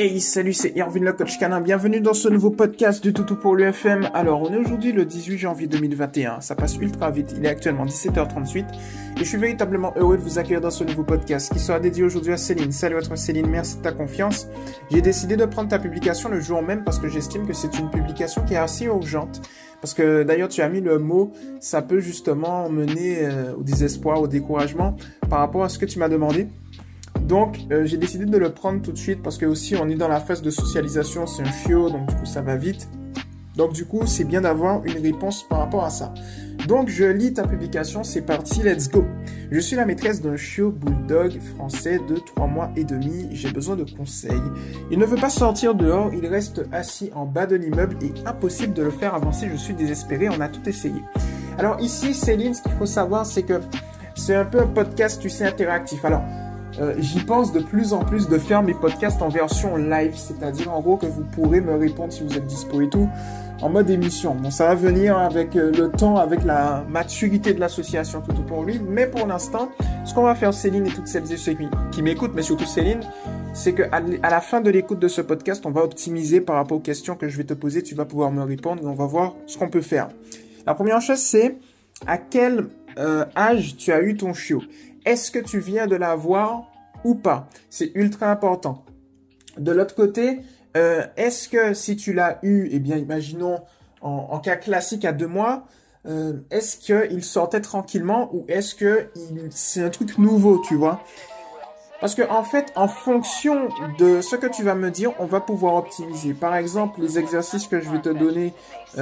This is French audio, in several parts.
Hey, salut, c'est Irvin le coach canin. Bienvenue dans ce nouveau podcast du Toutou pour l'UFM. Alors, on est aujourd'hui le 18 janvier 2021. Ça passe ultra vite. Il est actuellement 17h38 et je suis véritablement heureux de vous accueillir dans ce nouveau podcast qui sera dédié aujourd'hui à Céline. Salut à toi Céline, merci de ta confiance. J'ai décidé de prendre ta publication le jour même parce que j'estime que c'est une publication qui est assez urgente. Parce que d'ailleurs, tu as mis le mot, ça peut justement mener au désespoir, au découragement par rapport à ce que tu m'as demandé. Donc, j'ai décidé de le prendre tout de suite parce que aussi on est dans la phase de socialisation, c'est un chiot, donc du coup ça va vite. Donc du coup, c'est bien d'avoir une réponse par rapport à ça. Donc, je lis ta publication, c'est parti, let's go. Je suis la maîtresse d'un chiot bulldog français de 3 mois et demi, j'ai besoin de conseils. Il ne veut pas sortir dehors, il reste assis en bas de l'immeuble et impossible de le faire avancer, je suis désespéré, on a tout essayé. Alors ici, Céline, ce qu'il faut savoir, c'est que c'est un peu un podcast, tu sais, interactif. Alors, j'y pense de plus en plus de faire mes podcasts en version live, c'est-à-dire en gros que vous pourrez me répondre si vous êtes dispo et tout, en mode émission. Bon, ça va venir avec le temps, avec la maturité de l'association Toutou pour lui, mais pour l'instant, ce qu'on va faire, Céline et toutes celles et ceux qui m'écoutent, mais surtout Céline, c'est qu'à la fin de l'écoute de ce podcast, on va optimiser par rapport aux questions que je vais te poser, tu vas pouvoir me répondre et on va voir ce qu'on peut faire. La première chose, c'est à quel âge tu as eu ton chiot? Est-ce que tu viens de l'avoir ou pas? C'est ultra important. De l'autre côté, est-ce que si tu l'as eu, eh bien, imaginons en cas classique à 2 mois, est-ce qu'il sortait tranquillement ou est-ce que c'est un truc nouveau, tu vois? Parce que en fait, en fonction de ce que tu vas me dire, on va pouvoir optimiser. Par exemple, les exercices que je vais te donner,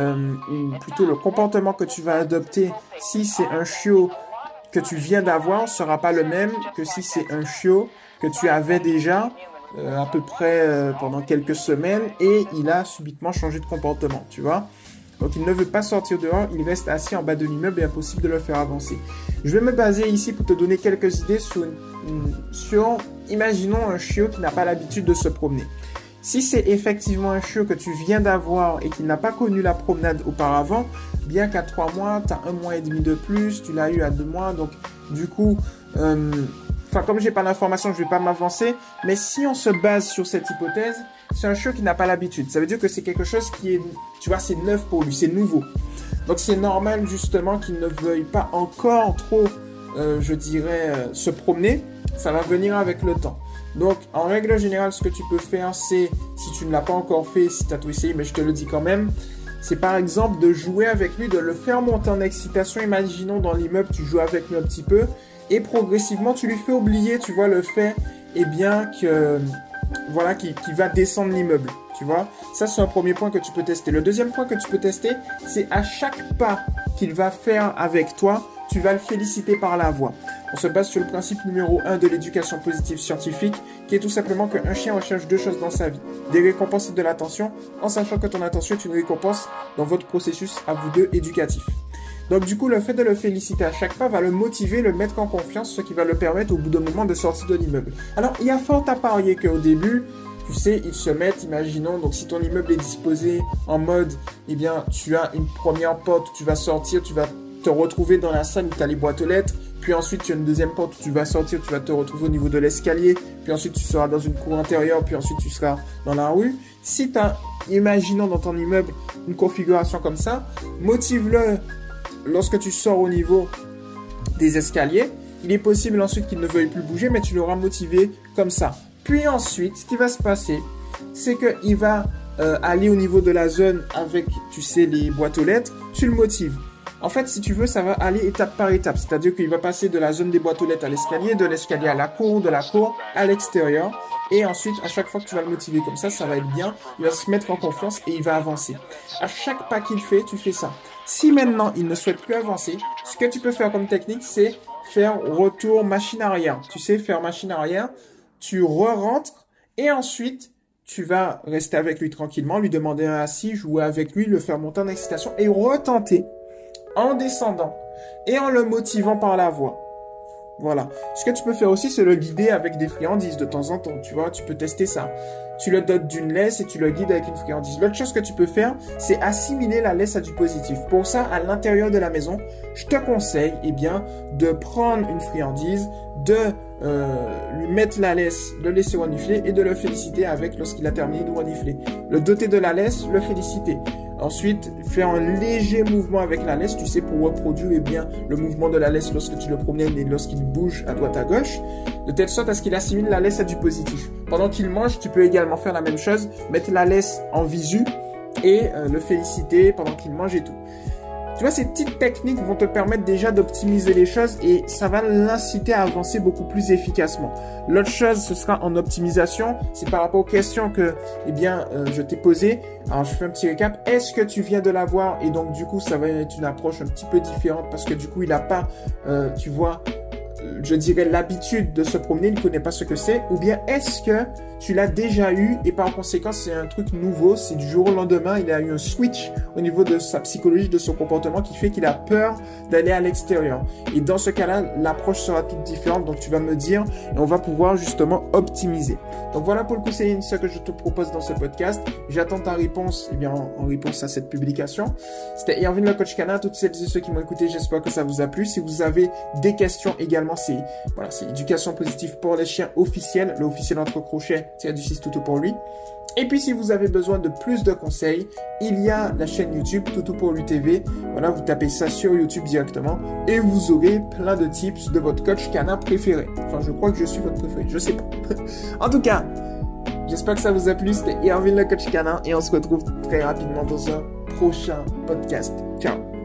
ou plutôt le comportement que tu vas adopter si c'est un chiot que tu viens d'avoir sera pas le même que si c'est un chiot que tu avais déjà à peu près pendant quelques semaines et il a subitement changé de comportement, tu vois. Donc il ne veut pas sortir dehors, il reste assis en bas de l'immeuble et impossible de le faire avancer. Je vais me baser ici pour te donner quelques idées sur imaginons un chiot qui n'a pas l'habitude de se promener. Si c'est effectivement un chiot que tu viens d'avoir et qui n'a pas connu la promenade auparavant, bien qu'à 3 mois, tu as 1 mois et demi de plus, tu l'as eu à 2 mois, donc du coup, comme j'ai pas l'information, je vais pas m'avancer, mais si on se base sur cette hypothèse, c'est un chiot qui n'a pas l'habitude. Ça veut dire que c'est quelque chose qui est, tu vois, c'est neuf pour lui, c'est nouveau. Donc c'est normal justement qu'il ne veuille pas encore trop, se promener, ça va venir avec le temps. Donc, en règle générale, ce que tu peux faire, c'est, si tu ne l'as pas encore fait, si tu as tout essayé, mais je te le dis quand même, c'est par exemple de jouer avec lui, de le faire monter en excitation. Imaginons dans l'immeuble, tu joues avec lui un petit peu, et progressivement, tu lui fais oublier, tu vois, le fait, qu'il va descendre l'immeuble, tu vois. Ça, c'est un premier point que tu peux tester. Le deuxième point que tu peux tester, c'est à chaque pas qu'il va faire avec toi, tu vas le féliciter par la voix. On se base sur le principe numéro 1 de l'éducation positive scientifique, qui est tout simplement qu'un chien recherche 2 choses dans sa vie. Des récompenses et de l'attention, en sachant que ton attention est une récompense dans votre processus à vous deux éducatif. Donc du coup, le fait de le féliciter à chaque pas va le motiver, le mettre en confiance, ce qui va le permettre au bout d'un moment de sortir de l'immeuble. Alors, il y a fort à parier qu'au début, tu sais, ils se mettent, imaginons, donc si ton immeuble est disposé en mode, eh bien, tu as une première porte où tu vas sortir, tu vas te retrouver dans la salle où tu as les boîtes aux lettres, puis ensuite tu as une deuxième porte où tu vas sortir, tu vas te retrouver au niveau de l'escalier, puis ensuite tu seras dans une cour intérieure, puis ensuite tu seras dans la rue. Si tu as, imaginons dans ton immeuble, une configuration comme ça, motive-le lorsque tu sors au niveau des escaliers. Il est possible ensuite qu'il ne veuille plus bouger, mais tu l'auras motivé comme ça. Puis ensuite, ce qui va se passer, c'est qu'il va aller au niveau de la zone avec, tu sais, les boîtes aux lettres, tu le motives. En fait, si tu veux, ça va aller étape par étape. C'est-à-dire qu'il va passer de la zone des boîtes aux lettres à l'escalier, de l'escalier à la cour, de la cour à l'extérieur. Et ensuite, à chaque fois que tu vas le motiver comme ça va être bien. Il va se mettre en confiance et il va avancer. À chaque pas qu'il fait, tu fais ça. Si maintenant, il ne souhaite plus avancer, ce que tu peux faire comme technique, c'est faire retour machine arrière. Tu sais, faire machine arrière, tu re-rentres et ensuite, tu vas rester avec lui tranquillement, lui demander un assis, jouer avec lui, le faire monter en excitation et retenter en descendant et en le motivant par la voix. Voilà. Ce que tu peux faire aussi, c'est le guider avec des friandises de temps en temps. Tu vois, tu peux tester ça. Tu le dotes d'une laisse et tu le guides avec une friandise. L'autre chose que tu peux faire, c'est assimiler la laisse à du positif. Pour ça, à l'intérieur de la maison, je te conseille, de prendre une friandise, de lui mettre la laisse, le laisser renifler et de le féliciter avec lorsqu'il a terminé de renifler. Le doter de la laisse, le féliciter. Ensuite, faire un léger mouvement avec la laisse, tu sais, pour reproduire le mouvement de la laisse lorsque tu le promènes et lorsqu'il bouge à droite à gauche, de telle sorte à ce qu'il assimile la laisse à du positif. Pendant qu'il mange, tu peux également faire la même chose, mettre la laisse en visu et le féliciter pendant qu'il mange et tout. Tu vois, ces petites techniques vont te permettre déjà d'optimiser les choses et ça va l'inciter à avancer beaucoup plus efficacement. L'autre chose, ce sera en optimisation, c'est par rapport aux questions que, je t'ai posées. Alors, je fais un petit récap. Est-ce que tu viens de l'avoir? Et donc, du coup, ça va être une approche un petit peu différente parce que du coup, il n'a pas, je dirais, l'habitude de se promener, il ne connaît pas ce que c'est, ou bien est-ce que tu l'as déjà eu et par conséquent, c'est un truc nouveau, c'est du jour au lendemain, il a eu un switch au niveau de sa psychologie, de son comportement qui fait qu'il a peur d'aller à l'extérieur. Et dans ce cas-là, l'approche sera toute différente, donc tu vas me dire et on va pouvoir justement optimiser. Donc voilà pour le coup, c'est ce que je te propose dans ce podcast. J'attends ta réponse, en réponse à cette publication. C'était Irvin le coach canin, toutes celles et ceux qui m'ont écouté, j'espère que ça vous a plu. Si vous avez des questions également, c'est éducation positive pour les chiens officiel, le officiel entre crochets, du 6 Toutou pour lui. Et puis si vous avez besoin de plus de conseils, il y a la chaîne YouTube Toutou pour lui TV. Voilà, vous tapez ça sur YouTube directement et vous aurez plein de tips de votre coach canin préféré. Enfin, je crois que je suis votre préféré, je sais pas. En tout cas, j'espère que ça vous a plu. C'était Irvin le coach canin et on se retrouve très rapidement dans un prochain podcast. Ciao.